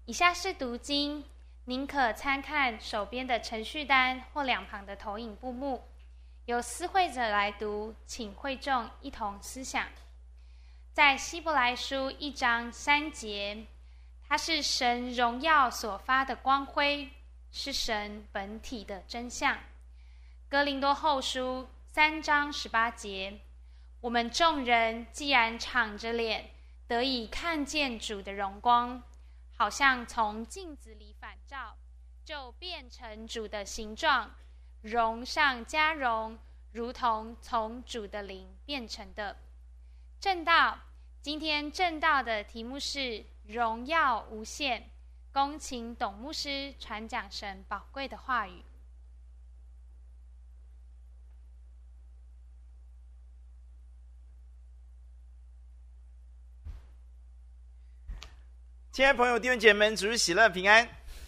以下是读经，您可参看手边的程序单或两旁的投影布幕。由思会者来读，请会众一同思想。在希伯来书1章3节，它是神荣耀所发的光辉，是神本体的真相。哥林多后书3章18节，我们众人既然敞着脸，得以看见主的荣光，好像从镜子里反照，就变成主的形状，荣上加荣，如同从主的灵变成的。正道，今天正道的题目是荣耀无限，恭请董牧师传讲神宝贵的话语。 亲爱的朋友、弟兄姐妹们，主日喜乐平安。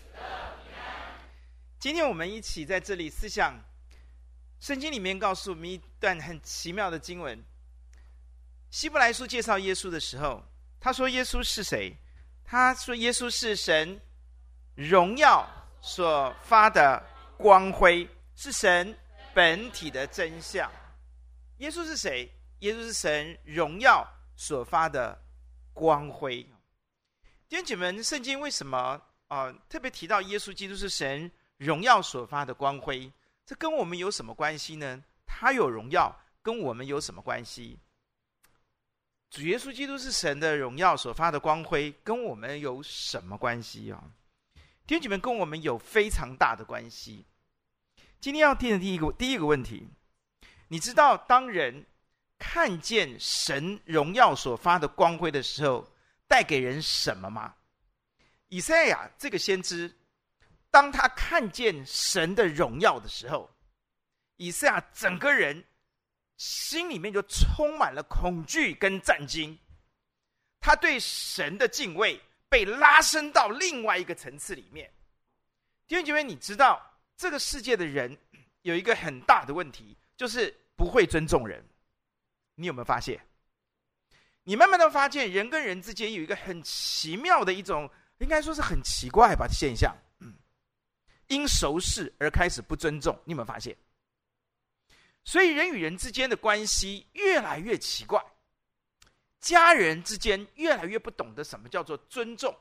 今天我们一起在这里思想圣经里面告诉我们一段很奇妙的经文。希伯来书介绍耶稣的时候，他说耶稣是谁？他说耶稣是神荣耀所发的光辉，是神本体的真相。耶稣是谁？耶稣是神荣耀所发的光辉。弟兄姐妹们，圣经为什么特别提到耶稣基督是神荣耀所发的光辉？这跟我们有什么关系呢？他有荣耀，跟我们有什么关系？主耶稣基督是神的荣耀所发的光辉，跟我们有什么关系啊？弟兄姐妹，跟我们有非常大的关系。今天要听的第一个问题，你知道当人看见神荣耀所发的光辉的时候，带给人什么吗？以赛亚这个先知，当他看见神的荣耀的时候，以赛亚整个人心里面就充满了恐惧跟战惊，他对神的敬畏被拉升到另外一个层次里面。弟兄姐妹，你知道这个世界的人有一个很大的问题，就是不会尊重人。你有没有发现？你慢慢的发现人跟人之间有一个很奇妙的一种，应该说是很奇怪吧现象，因熟识而开始不尊重。你有没有发现？所以人与人之间的关系越来越奇怪，家人之间越来越不懂得什么叫做尊重。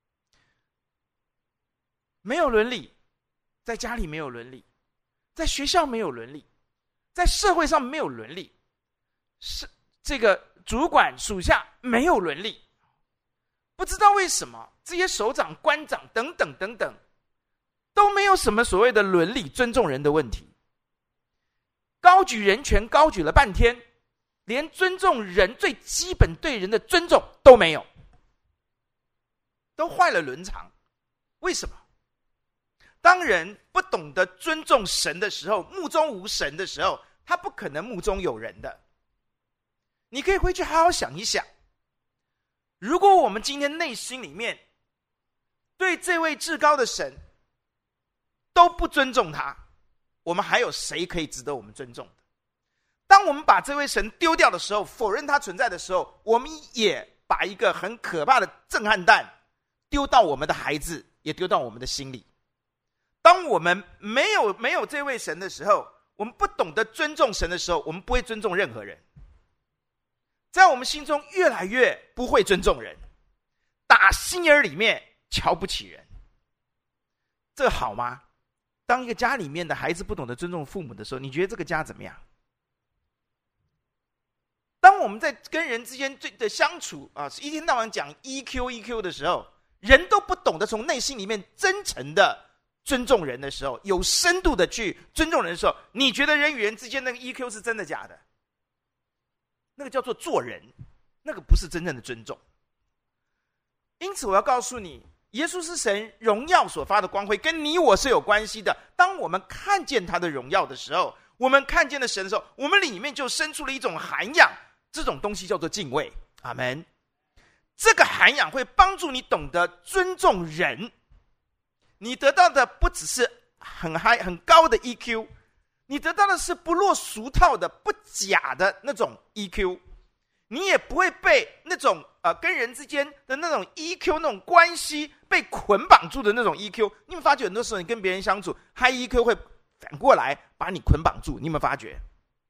没有伦理，在家里没有伦理，在学校没有伦理，在社会上没有伦理，是这个主管属下没有伦理。不知道为什么这些首长官长等等等等都没有什么所谓的伦理尊重人的问题，高举人权高举了半天，连尊重人最基本对人的尊重都没有，都坏了伦常。为什么？当人不懂得尊重神的时候，目中无神的时候，他不可能目中有人的。你可以回去好好想一想，如果我们今天内心里面对这位至高的神都不尊重他，我们还有谁可以值得我们尊重的？当我们把这位神丢掉的时候，否认他存在的时候，我们也把一个很可怕的震撼弹丢到我们的孩子，也丢到我们的心里。当我们没有这位神的时候，我们不懂得尊重神的时候，我们不会尊重任何人。在我们心中越来越不会尊重人，打心眼里面瞧不起人，这个好吗？当一个家里面的孩子不懂得尊重父母的时候，你觉得这个家怎么样？当我们在跟人之间的相处一天到晚讲 EQ 的时候，人都不懂得从内心里面真诚的尊重人的时候，有深度的去尊重人的时候，你觉得人与人之间那个 EQ 是真的假的？那个叫做做人，那个不是真正的尊重。因此我要告诉你，耶稣是神荣耀所发的光辉，跟你我是有关系的。当我们看见他的荣耀的时候，我们看见了神的时候，我们里面就生出了一种涵养，这种东西叫做敬畏。阿们。这个涵养会帮助你懂得尊重人，你得到的不只是很高的 EQ， 你得到的是不落俗套的不假的那种 EQ， 你也不会被那种跟人之间的那种 EQ 那种关系被捆绑住的那种 EQ。你有没有发觉很多时候你跟别人相处 High EQ 会反过来把你捆绑住？你有没有发觉？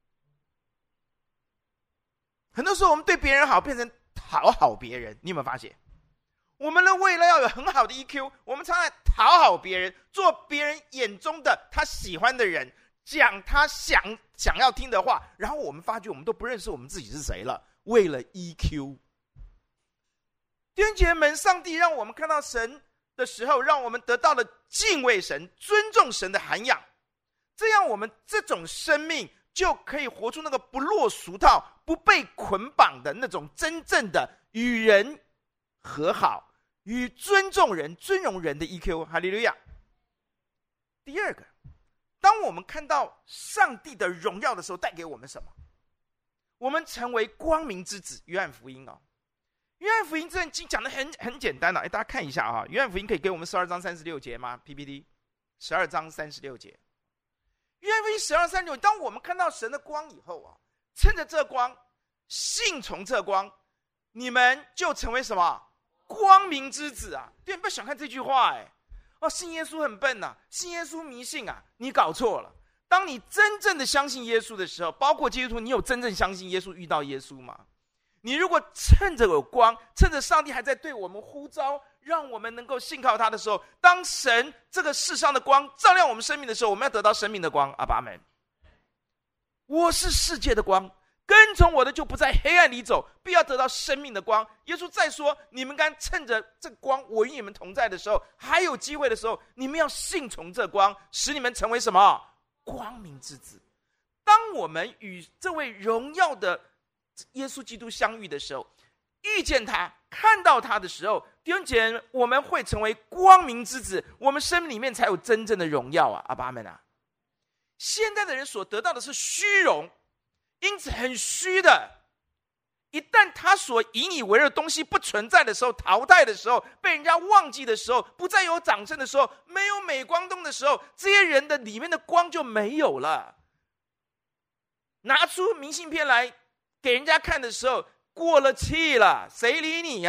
很多时候我们对别人好变成讨好别人，你有没有发现？我们为了要有很好的 EQ， 我们常常讨好别人，做别人眼中的他喜欢的人，讲他想要听的话，然后我们发觉我们都不认识我们自己是谁了。为了 EQ， 弟兄姐妹们，上帝让我们看到神的时候，让我们得到了敬畏神、尊重神的涵养，这样我们这种生命就可以活出那个不落俗套、不被捆绑的那种真正的与人和好、与尊重人、尊荣人的 EQ。 哈利路亚。第二个，当我们看到上帝的荣耀的时候，带给我们什么？我们成为光明之子。约翰福音约翰福音这经讲的很简单大家看一下约翰福音可以给我们12章36节吗？ PPT 12章36节。约翰福音12章36节，当我们看到神的光以后趁着这光，信从这光，你们就成为什么？光明之子对，你不要小看这句话信耶稣很笨信耶稣迷信你搞错了。当你真正的相信耶稣的时候，包括基督徒，你有真正相信耶稣、遇到耶稣吗？你如果趁着有光，趁着上帝还在对我们呼召，让我们能够信靠他的时候，当神这个世上的光照亮我们生命的时候，我们要得到生命的光。阿爸们，我是世界的光，跟从我的就不在黑暗里走，必要得到生命的光。耶稣再说，你们该趁着这光，我与你们同在的时候，还有机会的时候，你们要信从这光，使你们成为什么？光明之子。当我们与这位荣耀的耶稣基督相遇的时候，遇见他、看到他的时候，弟兄姐妹，我们会成为光明之子，我们生命里面才有真正的荣耀阿爸们现在的人所得到的是虚荣，因此很虚的。一旦他所引以为乐的东西不存在的时候，淘汰的时候，被人家忘记的时候，不再有掌声的时候，没有镁光灯的时候，这些人的里面的光就没有了。拿出明信片来给人家看的时候，过了气了，谁理你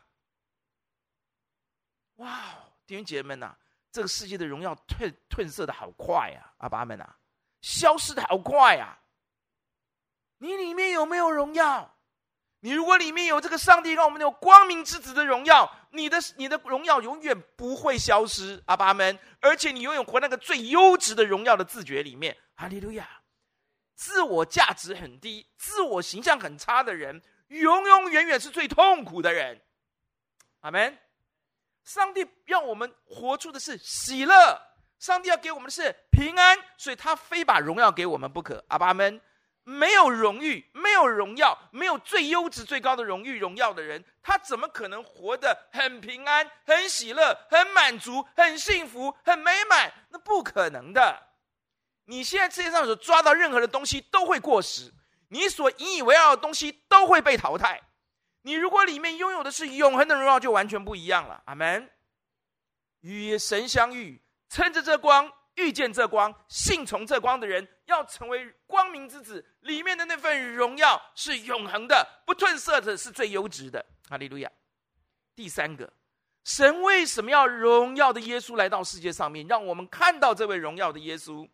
哇，弟兄姐妹们这个世界的荣耀褪色的好快阿爸们消失的好快你里面有没有荣耀？你如果里面有这个上帝让我们有光明之子的荣耀，你的荣耀永远不会消失阿爸们，而且你永远活那个最优质的荣耀的自觉里面。哈利路亚。自我价值很低、自我形象很差的人，永永远远是最痛苦的人。阿们。上帝要我们活出的是喜乐，上帝要给我们的是平安，所以他非把荣耀给我们不可。阿爸们。没有荣誉、没有荣耀、没有最优质最高的荣誉荣耀的人，他怎么可能活得很平安、很喜乐、很满足、很幸福、很美满？那不可能的。你现在世界上所抓到任何的东西都会过时，你所引以为傲的东西都会被淘汰。你如果里面拥有的是永恒的荣耀，就完全不一样了。阿们。与神相遇，趁着这光，遇见这光，信从这光的人，要成为光明之子，里面的那份荣耀是永恒的，不褪色的，是最优质的。哈利路亚。第三个，神为什么要荣耀的耶稣来到世界上面，让我们看到这位荣耀的耶稣？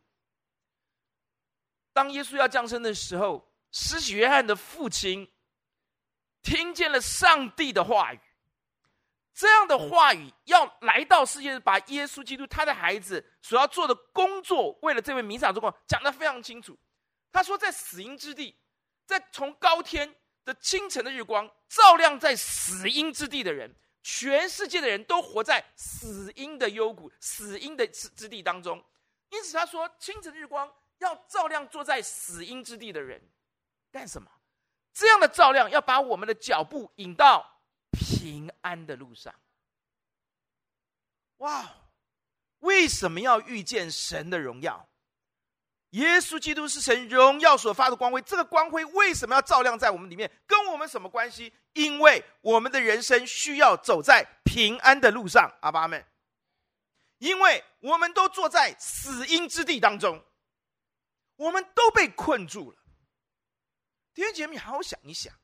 当耶稣要降生的时候，施洗约翰的父亲听见了上帝的话语，这样的话语要来到世界，把耶稣基督他的孩子所要做的工作，为了这位弥撒做工讲得非常清楚。他说，在死荫之地，在从高天的清晨的日光照亮在死荫之地的人，全世界的人都活在死荫的幽谷、死荫的之地当中。因此他说，清晨日光要照亮坐在死荫之地的人，干什么？这样的照亮要把我们的脚步引到平安的路上。哇，为什么要遇见神的荣耀？耶稣基督是神荣耀所发的光辉，这个光辉为什么要照亮在我们里面？跟我们什么关系？因为我们的人生需要走在平安的路上。阿爸们。因为我们都坐在死荫之地当中，我们都被困住了。弟兄姐妹，好好想一想，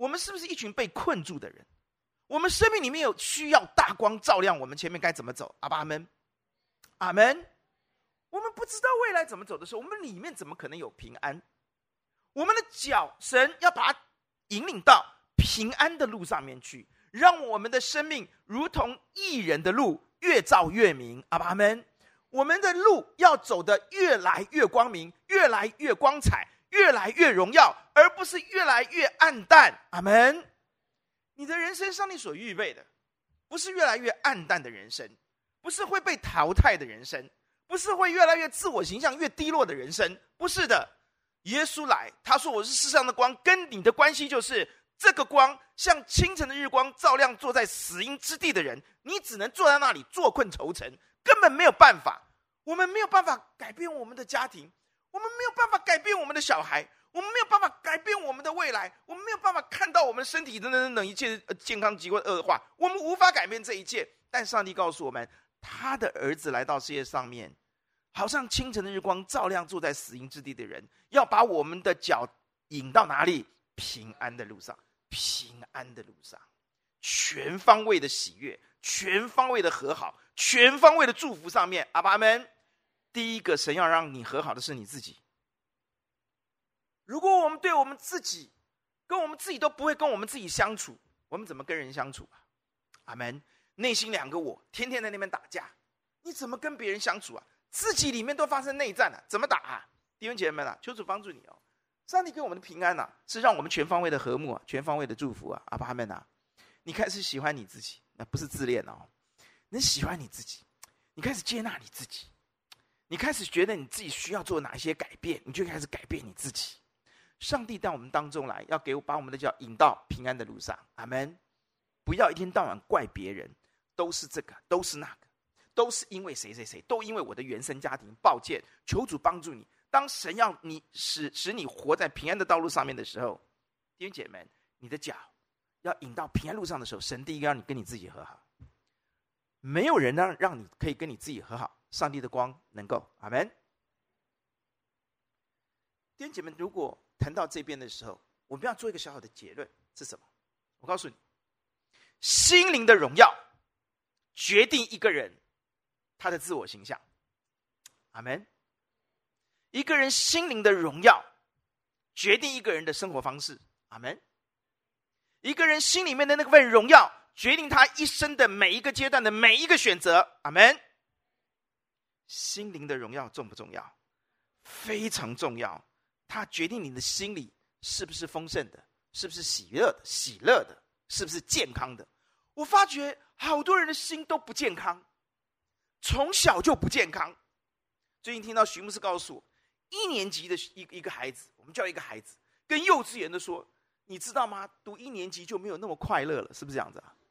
我们是不是一群被困住的人？我们生命里面有需要大光照亮我们前面该怎么走。阿们，阿们。我们不知道未来怎么走的时候，我们里面怎么可能有平安？我们的脚，神要把它引领到平安的路上面去，让我们的生命如同义人的路，越照越明。阿们。我们的路要走得越来越光明，越来越光彩，越来越荣耀，而不是越来越暗淡。阿们。你的人生，上帝所预备的不是越来越暗淡的人生，不是会被淘汰的人生，不是会越来越自我形象越低落的人生，不是的。耶稣来，他说我是世上的光，跟你的关系就是这个光像清晨的日光照亮坐在死荫之地的人，你只能坐在那里坐困愁城，根本没有办法。我们没有办法改变我们的家庭，我们没有办法改变我们的小孩，我们没有办法改变我们的未来，我们没有办法看到我们身体等一切健康疾患恶化，我们无法改变这一切。但上帝告诉我们，他的儿子来到世界上面，好像清晨的日光照亮坐在死荫之地的人，要把我们的脚引到哪里？平安的路上，平安的路上，全方位的喜悦，全方位的和好，全方位的祝福上面。阿爸们，第一个神要让你和好的是你自己。如果我们对我们自己跟我们自己都不会跟我们自己相处，我们怎么跟人相处啊？阿们。内心两个我天天在那边打架，你怎么跟别人相处啊？自己里面都发生内战了，怎么打啊？弟兄姐妹们啊，求主帮助你哦。上帝给我们的平安啊，是让我们全方位的和睦啊，全方位的祝福啊。阿爸们啊，你开始喜欢你自己，那不是自恋哦，你喜欢你自己，你开始接纳你自己，你开始觉得你自己需要做哪一些改变，你就开始改变你自己。上帝到我们当中来，要把我们的脚引到平安的路上。阿们。不要一天到晚怪别人，都是这个，都是那个，都是因为谁谁谁，都因为我的原生家庭。抱歉，求主帮助你。当神要你使你活在平安的道路上面的时候，弟兄姐妹，你的脚要引到平安路上的时候，神第一个让你跟你自己和好。没有人让你可以跟你自己和好，上帝的光能够。阿们。弟兄姐妹，如果谈到这边的时候，我们要做一个小小的结论是什么？我告诉你，心灵的荣耀决定一个人他的自我形象。阿们。一个人心灵的荣耀决定一个人的生活方式。阿们。一个人心里面的那份荣耀决定他一生的每一个阶段的每一个选择。阿们。心灵的荣耀重不重要？非常重要。它决定你的心里是不是丰盛的，是不是喜乐的，是不是健康的。我发觉好多人的心都不健康，从小就不健康。最近听到徐牧师告诉我，1年级的一个孩子，我们叫一个孩子跟幼稚园的说，你知道吗？读1年级就没有那么快乐了，是不是这样子啊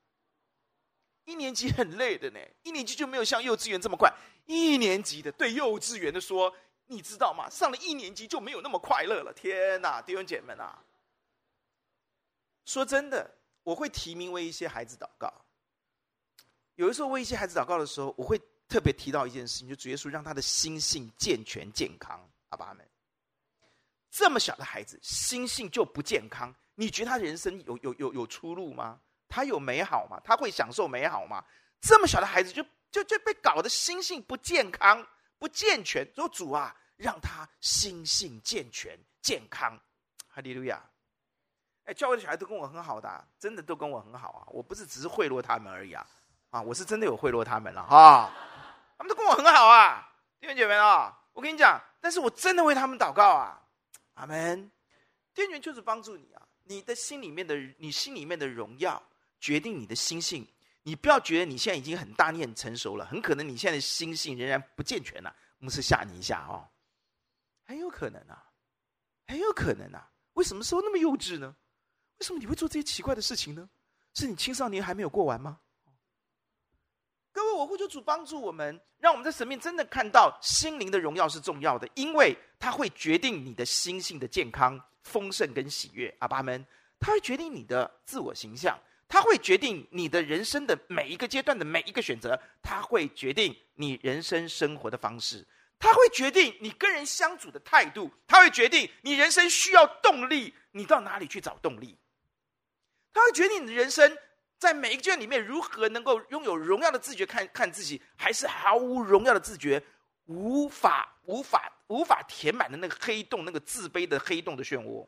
？1年级很累的呢，1年级就没有像幼稚园这么快。1年级的对幼稚园的说，你知道吗？上了1年级就没有那么快乐了。天哪，弟兄姐妹啊！说真的，我会提名为一些孩子祷告。有的时候为一些孩子祷告的时候，我会特别提到一件事情，就主耶稣让他的心性健全健康。阿爸们，这么小的孩子心性就不健康，你觉得他人生有出路吗？他有美好吗？他会享受美好吗？这么小的孩子就被搞得心性不健康不健全。说主啊，让他心性健全健康。哈利路亚。教会的小孩都跟我很好的真的都跟我很好啊，我不是只是贿赂他们而已我是真的有贿赂他们了他们都跟我很好啊，弟兄姐妹我跟你讲，但是我真的为他们祷告阿们。弟兄姐妹，就是帮助你你心里面的荣耀决定你的心性。你不要觉得你现在已经很大，你很成熟了，很可能你现在的心性仍然不健全牧师吓你一下很有可能很有可能为什么说那么幼稚呢？为什么你会做这些奇怪的事情呢？是你青少年还没有过完吗？各位，我会求主帮助我们，让我们在神面真的看到心灵的荣耀是重要的，因为它会决定你的心性的健康、丰盛跟喜悦。阿爸们，它会决定你的自我形象，它会决定你的人生的每一个阶段的每一个选择，它会决定你人生生活的方式，它会决定你跟人相处的态度，它会决定你人生需要动力，你到哪里去找动力。 它会决定你的人生在每一个阶段里面如何能够拥有荣耀的自觉看自己，还是毫无荣耀的自觉，无法填满的那个黑洞，那个自卑的黑洞的漩涡。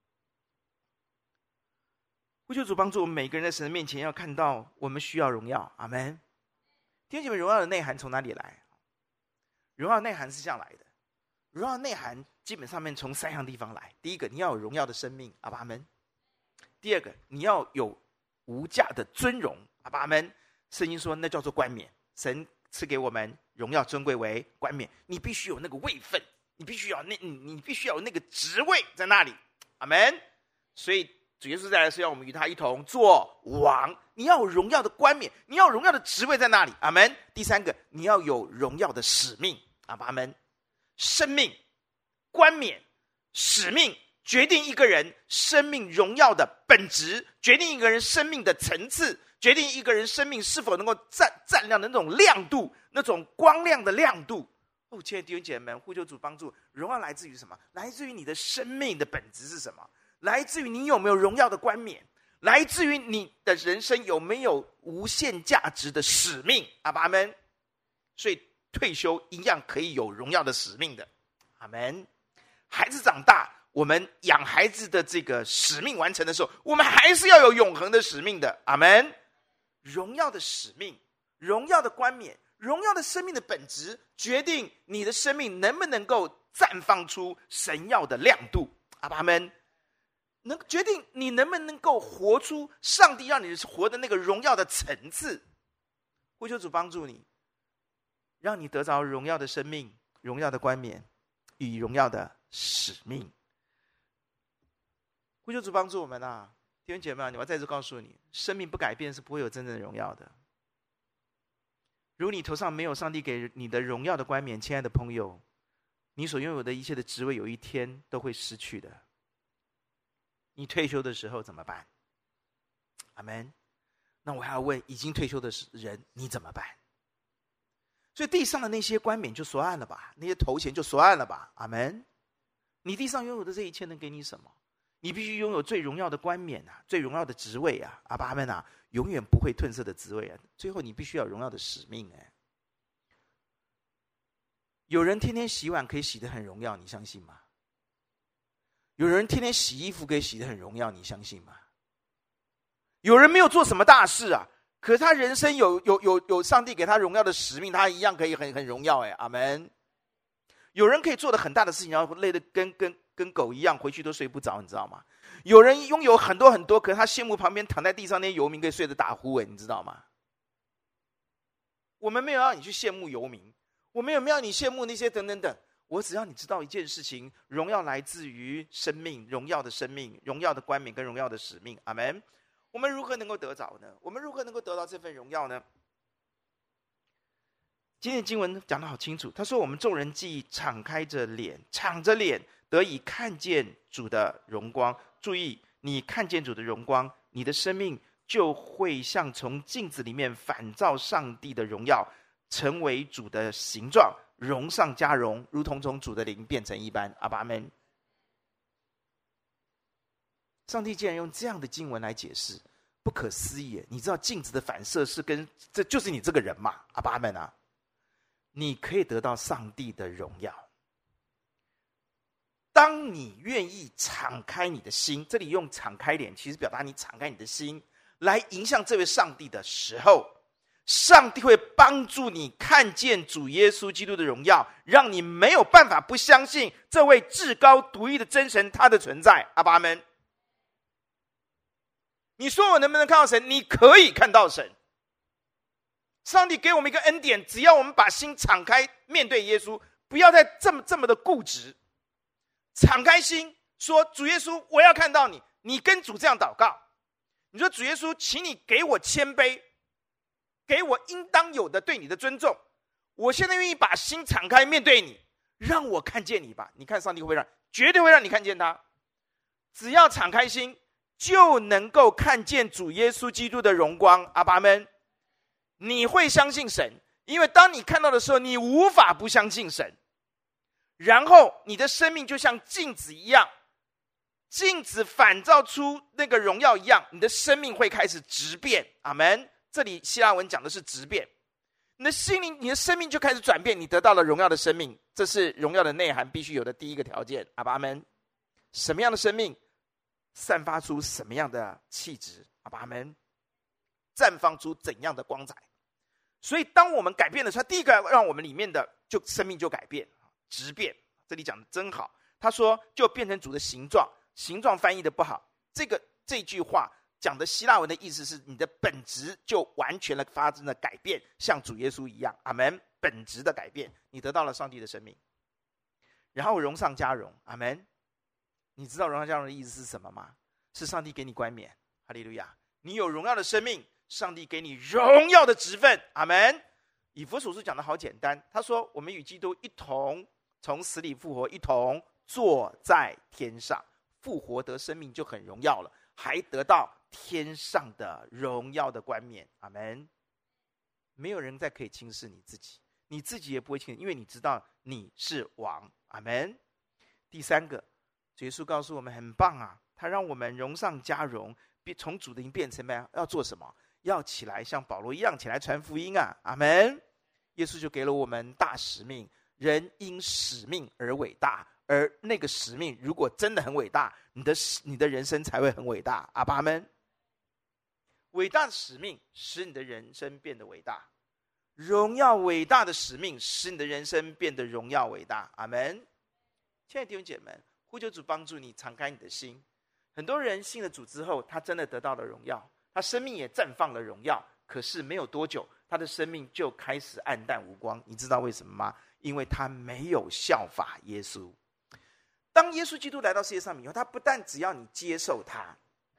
呼求主帮助我们每个人在神的面前要看到我们需要荣耀。阿们。弟兄姐妹，荣耀的内涵从哪里来？荣耀的内涵是这样来的，荣耀的内涵基本上面从3样地方来。第一个，你要有荣耀的生命，阿们。第二个，你要有无价的尊荣，阿们。圣经说那叫做冠冕，神赐给我们荣耀尊贵为冠冕，你必须有那个位分，你必须要有那个职位在那里，阿们。所以主耶稣再来是要我们与他一同做王，你要有荣耀的冠冕，你要有荣耀的职位在那里，阿们。第三个，你要有荣耀的使命，阿们。生命、冠冕、使命决定一个人生命荣耀的本质，决定一个人生命的层次，决定一个人生命是否能够占亮的那种亮度，那种光亮的亮度。亲爱的弟兄姐妹们，呼求主帮助，荣耀来自于什么？来自于你的生命的本质是什么？来自于你有没有荣耀的冠冕，来自于你的人生有没有无限价值的使命，阿们。所以退休一样可以有荣耀的使命的，阿们。孩子长大，我们养孩子的这个使命完成的时候，我们还是要有永恒的使命的，阿们。荣耀的使命，荣耀的冠冕，荣耀的生命的本质，决定你的生命能不能够绽放出神要的亮度，阿们。能决定你能不能够活出上帝让你活的那个荣耀的层次。呼求主帮助你，让你得着荣耀的生命、荣耀的冠冕与荣耀的使命。呼求主帮助我们啊！弟兄姐妹，我要再次告诉你，生命不改变是不会有真正的荣耀的。如果你头上没有上帝给你的荣耀的冠冕，亲爱的朋友，你所拥有的一切的职位有一天都会失去的。你退休的时候怎么办？阿们。那我还要问，已经退休的人你怎么办？所以地上的那些冠冕就说案了吧，那些头衔就说案了吧，阿们。你地上拥有的这一切能给你什么？你必须拥有最荣耀的冠冕啊，最荣耀的职位啊，阿们啊，永远不会褪色的职位啊。最后你必须要有荣耀的使命哎。有人天天洗碗可以洗得很荣耀，你相信吗？有人天天洗衣服可以洗得很荣耀，你相信吗？有人没有做什么大事啊，可是他人生有上帝给他荣耀的使命，他一样可以很荣耀哎，阿们。有人可以做的很大的事情，然后累得跟狗一样，回去都睡不着，你知道吗？有人拥有很多很多，可是他羡慕旁边躺在地上那些游民可以睡得打呼哎，你知道吗？我们没有让你去羡慕游民，我们也没有让你羡慕那些等等等。我只要你知道一件事情，荣耀来自于生命，荣耀的生命，荣耀的冠冕跟荣耀的使命，阿们。我们如何能够得着呢？我们如何能够得到这份荣耀呢？今天的经文讲得好清楚，他说我们众人既敞着脸得以看见主的荣光。注意，你看见主的荣光，你的生命就会像从镜子里面反照上帝的荣耀，成为主的形状，荣上加荣，如同从主的灵变成一般，阿们。上帝竟然用这样的经文来解释，不可思议。你知道镜子的反射是这就是你这个人嘛，阿们啊。你可以得到上帝的荣耀，当你愿意敞开你的心，这里用敞开脸其实表达你敞开你的心来迎向这位上帝的时候，上帝会帮助你看见主耶稣基督的荣耀，让你没有办法不相信这位至高独一的真神他的存在，阿们。你说我能不能看到神？你可以看到神。上帝给我们一个恩典，只要我们把心敞开面对耶稣，不要再这么的固执，敞开心说，主耶稣我要看到你。你跟主这样祷告，你说主耶稣请你给我谦卑，给我应当有的对你的尊重，我现在愿意把心敞开面对你，让我看见你吧。你看上帝会绝对会让你看见他。只要敞开心，就能够看见主耶稣基督的荣光，阿们。你会相信神，因为当你看到的时候，你无法不相信神。然后你的生命就像镜子一样， 镜子反照出那个荣耀一样，你的生命会开始质变。阿们。这里希腊文讲的是质变，你的心灵、你的生命就开始转变，你得到了荣耀的生命，这是荣耀的内涵必须有的第一个条件。阿们。什么样的生命散发出什么样的气质？阿们。绽放出怎样的光彩？所以当我们改变的时候，第一个让我们里面的生命就改变，质变。这里讲的真好，他说就变成主的形状。形状翻译的不好，这句话讲的希腊文的意思是你的本质就完全的发生了改变，像主耶稣一样。阿们。本质的改变，你得到了上帝的生命，然后荣上加荣。阿们。你知道荣上加荣的意思是什么吗？是上帝给你冠冕。哈利路亚。你有荣耀的生命，上帝给你荣耀的职分。阿们。以弗所书讲的好简单，他说我们与基督一同从死里复活，一同坐在天上。复活得生命就很荣耀了，还得到天上的荣耀的冠冕。阿们。没有人再可以轻视你自己，你自己也不会轻视，因为你知道你是王。阿们。第三个，耶稣告诉我们很棒啊，他让我们荣上加荣，从主的灵变成要做什么？要起来像保罗一样起来传福音啊。阿们。耶稣就给了我们大使命，人因使命而伟大，而那个使命如果真的很伟大，你的人生才会很伟大。阿们。伟大的使命使你的人生变得伟大，荣耀伟大的使命使你的人生变得荣耀伟大。阿们。亲爱的弟兄姐妹，呼求主帮助你敞开你的心。很多人信了主之后，他真的得到了荣耀，他生命也绽放了荣耀，可是没有多久，他的生命就开始暗淡无光。你知道为什么吗？因为他没有效法耶稣。当耶稣基督来到世界上以后，他不但只要你接受他，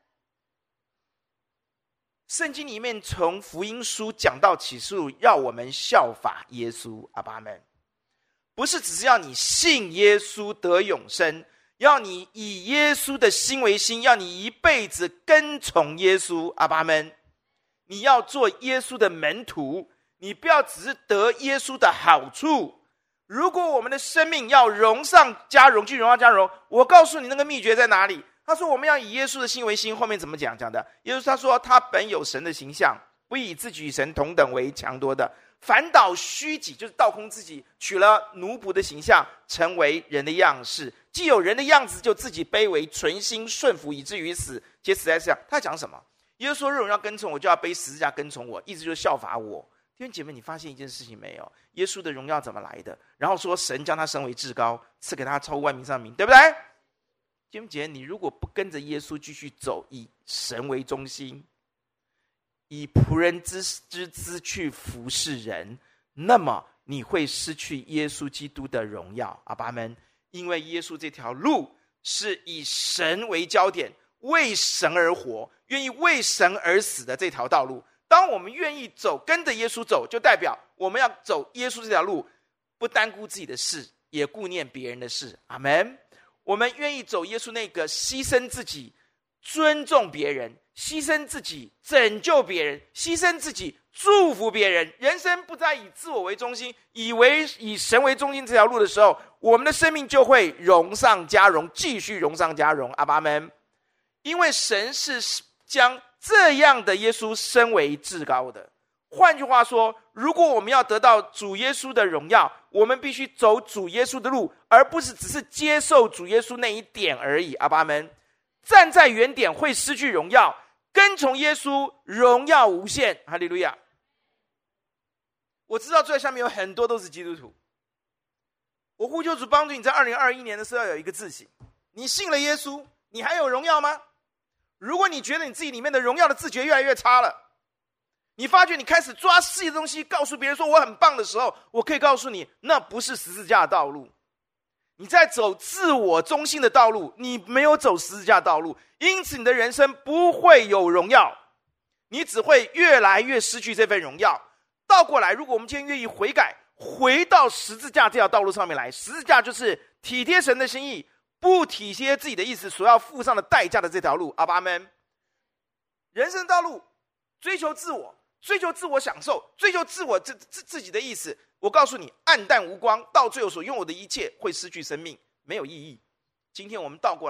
圣经里面从福音书讲到启示录，要我们效法耶稣。阿们。不是只是要你信耶稣得永生，要你以耶稣的心为心，要你一辈子跟从耶稣。阿们。你要做耶稣的门徒，你不要只是得耶稣的好处。如果我们的生命要荣上加荣，去荣耀加荣，我告诉你那个秘诀在哪里。他说我们要以耶稣的心为心，后面怎么讲的？耶稣他说他本有神的形象，不以自己与神同等为强夺的，反倒虚己，就是倒空自己，取了奴仆的形象，成为人的样式。既有人的样子，就自己卑微，存心顺服，以至于死，且死在世上。他讲什么？耶稣说若有人要跟从我，就要背十字架跟从我，意思就是效法我。弟兄姐妹，你发现一件事情没有？耶稣的荣耀怎么来的？然后说神将他升为至高，赐给他超乎万名上名，对不对？弟兄姐妹，你如果不跟着耶稣继续走，以神为中心，以仆人之姿去服侍人，那么你会失去耶稣基督的荣耀。阿们。因为耶稣这条路是以神为焦点，为神而活，愿意为神而死的这条道路。当我们愿意走，跟着耶稣走，就代表我们要走耶稣这条路，不单顾自己的事，也顾念别人的事。阿们。我们愿意走耶稣那个牺牲自己尊重别人，牺牲自己拯救别人，牺牲自己祝福别人，人生不再以自我为中心，以神为中心这条路的时候，我们的生命就会荣上加荣，继续荣上加荣。阿们。因为神是将这样的耶稣升为至高的。换句话说，如果我们要得到主耶稣的荣耀，我们必须走主耶稣的路，而不是只是接受主耶稣那一点而已。阿们。站在原点会失去荣耀，跟从耶稣荣耀无限。哈利路亚。我知道坐在下面有很多都是基督徒，我呼求主帮助你在2021年的时候要有一个自省，你信了耶稣，你还有荣耀吗？如果你觉得你自己里面的荣耀的自觉越来越差了，你发觉你开始抓世界的东西告诉别人说我很棒的时候，我可以告诉你，那不是十字架的道路。你在走自我中心的道路，你没有走十字架的道路，因此你的人生不会有荣耀，你只会越来越失去这份荣耀。倒过来，如果我们今天愿意悔改，回到十字架这条道路上面来，十字架就是体贴神的心意，不体贴自己的意思所要付上的代价的这条路。阿们。人生道路追求自我，追求自我享受，追求自我自己的意思，我告诉你，暗淡无光，到最后所拥有的一切会失去生命，没有意义。今天我们倒过来，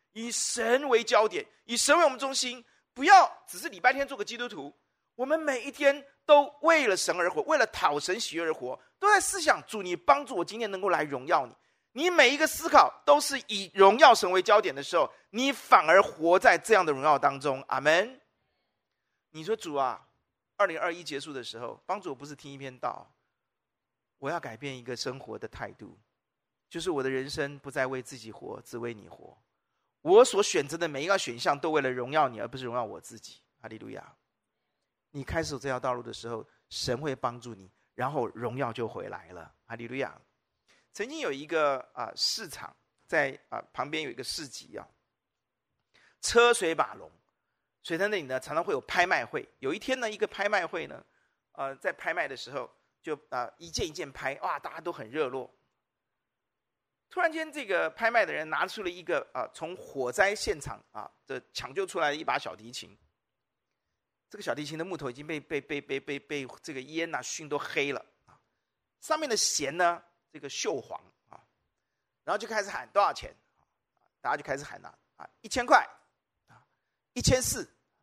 以神为焦点，以神为我们中心，不要只是礼拜天做个基督徒。我们每一天都为了神而活，为了讨神喜悦而活，都在思想主，你帮助我今天能够来荣耀你。你每一个思考都是以荣耀神为焦点的时候，你反而活在这样的荣耀当中。阿们。你说主啊，2021结束的时候，帮助我不是听一篇道，我要改变一个生活的态度，就是我的人生不再为自己活，只为你活。我所选择的每一个选项都为了荣耀你，而不是荣耀我自己。哈利路亚。你开始走这条道路的时候，神会帮助你，然后荣耀就回来了。哈利路亚。曾经有一个市场，在旁边有一个市集啊，车水马龙，所以在那里呢常常会有拍卖会。有一天呢，一个拍卖会呢，在拍卖的时候就一件一件拍，哇，大家都很热络。突然间，这个拍卖的人拿出了一个从火灾现场的抢救出来的一把小提琴。这个小提琴的木头已经被这个烟熏都黑了，上面的弦呢这个锈黄然后就开始喊多少钱，大家就开始喊1000块，1400，2000。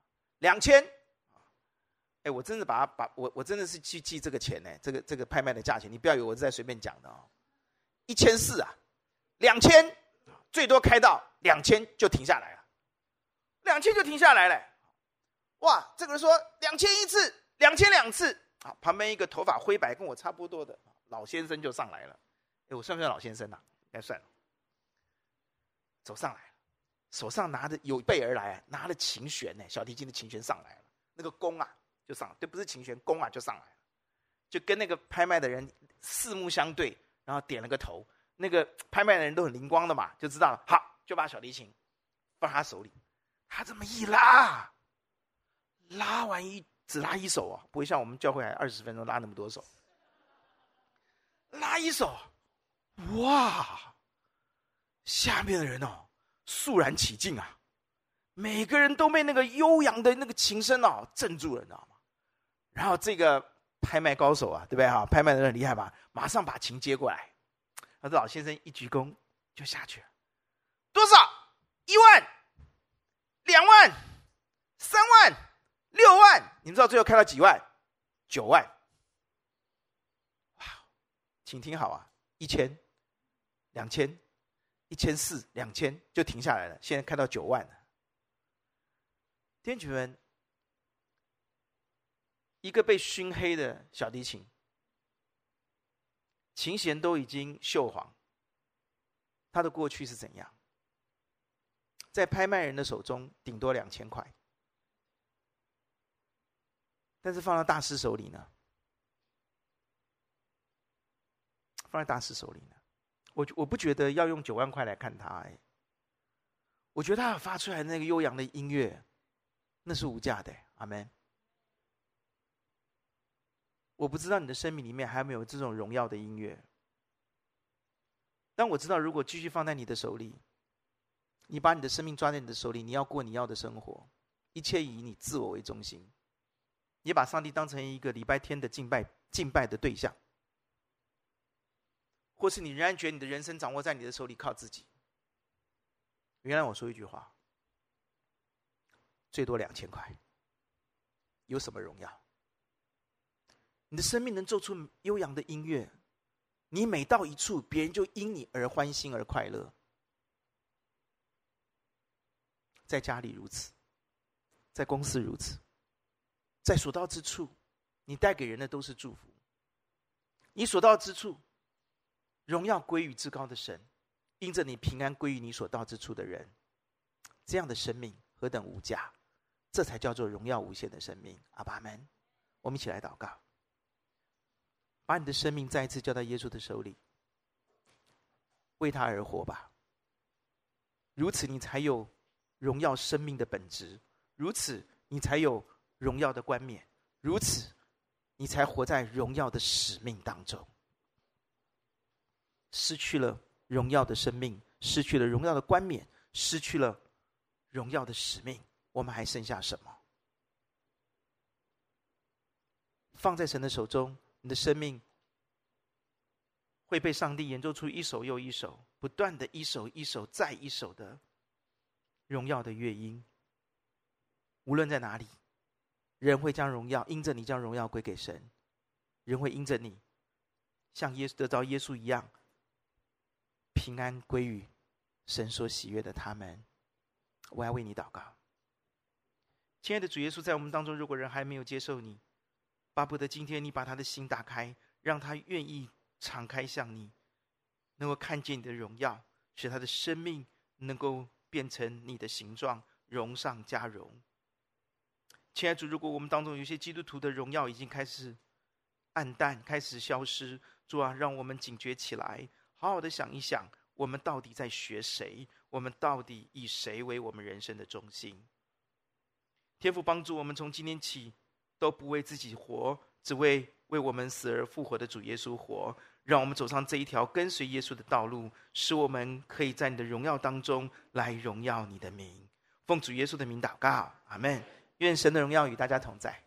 我真的我真的是去记这个钱呢，这个拍卖的价钱，你不要以为我是在随便讲的1400 2000，最多开到2000就停下来了，2000就停下来了。哇，这个人说2000一次，2000两次。旁边一个头发灰白跟我差不多的老先生就上来了。我算不算老先生应该算了。走上来了，手上拿着有备而来，拿着琴弦小提琴的琴弦上来了。那个弓就上来，对，不是琴弦，弓就上来了，就跟那个拍卖的人四目相对，然后点了个头。那个拍卖的人都很灵光的嘛，就知道了，好，就把小提琴放他手里。他这么一拉完只拉一首不会像我们教会还20分钟拉那么多首，拉一首，哇，下面的人肃然起敬每个人都被那个悠扬的那个琴声镇住了，你知道吗？然后这个拍卖高手对不对拍卖的人很厉害吧，马上把琴接过来。这老先生一鞠躬就下去了。多少？1万、2万、3万、6万，你们知道最后开到几万？9万。哇，请听好1000、2000、1400、2000就停下来了，现在开到9万了。弟兄姐妹们，一个被熏黑的小提琴，琴弦都已经锈黄，他的过去是怎样？在拍卖人的手中顶多2000块，但是放到大师手里呢？放在大师手里呢？我不觉得要用9万块来看他我觉得他发出来的那个悠扬的音乐，那是无价的。阿们。我不知道你的生命里面还有没有这种荣耀的音乐，但我知道如果继续放在你的手里，你把你的生命抓在你的手里，你要过你要的生活，一切以你自我为中心，你把上帝当成一个礼拜天的敬拜的对象，或是你仍然觉得你的人生掌握在你的手里，靠自己。原来我说一句话，最多2000块，有什么荣耀？你的生命能奏出悠扬的音乐，你每到一处，别人就因你而欢欣而快乐。在家里如此，在公司如此，在所到之处，你带给人的都是祝福。你所到之处，荣耀归于至高的神，因着你平安归于你所到之处的人，这样的生命何等无价！这才叫做荣耀无限的生命。阿们。我们一起来祷告，把你的生命再一次交到耶稣的手里，为他而活吧。如此你才有荣耀生命的本质，如此你才有荣耀的冠冕，如此你才活在荣耀的使命当中。失去了荣耀的生命，失去了荣耀的冠冕，失去了荣耀的使命，我们还剩下什么？放在神的手中，你的生命会被上帝演奏出一首又一首，不断的一首一首再一首的荣耀的乐音。无论在哪里，人会将荣耀因着你将荣耀归给神，人会因着你像耶稣得着耶稣一样，平安归于神所喜悦的他们。我要为你祷告。亲爱的主耶稣，在我们当中，如果人还没有接受你，巴不得今天你把他的心打开，让他愿意敞开向你，能够看见你的荣耀，使他的生命能够变成你的形状，荣上加荣。亲爱的主，如果我们当中有些基督徒的荣耀已经开始暗淡，开始消失，主啊，让我们警觉起来，好好的想一想，我们到底在学谁？我们到底以谁为我们人生的中心？天父帮助我们从今天起都不为自己活，只为我们死而复活的主耶稣活。让我们走上这一条跟随耶稣的道路，使我们可以在你的荣耀当中来荣耀你的名。奉主耶稣的名祷告，阿们。愿神的荣耀与大家同在。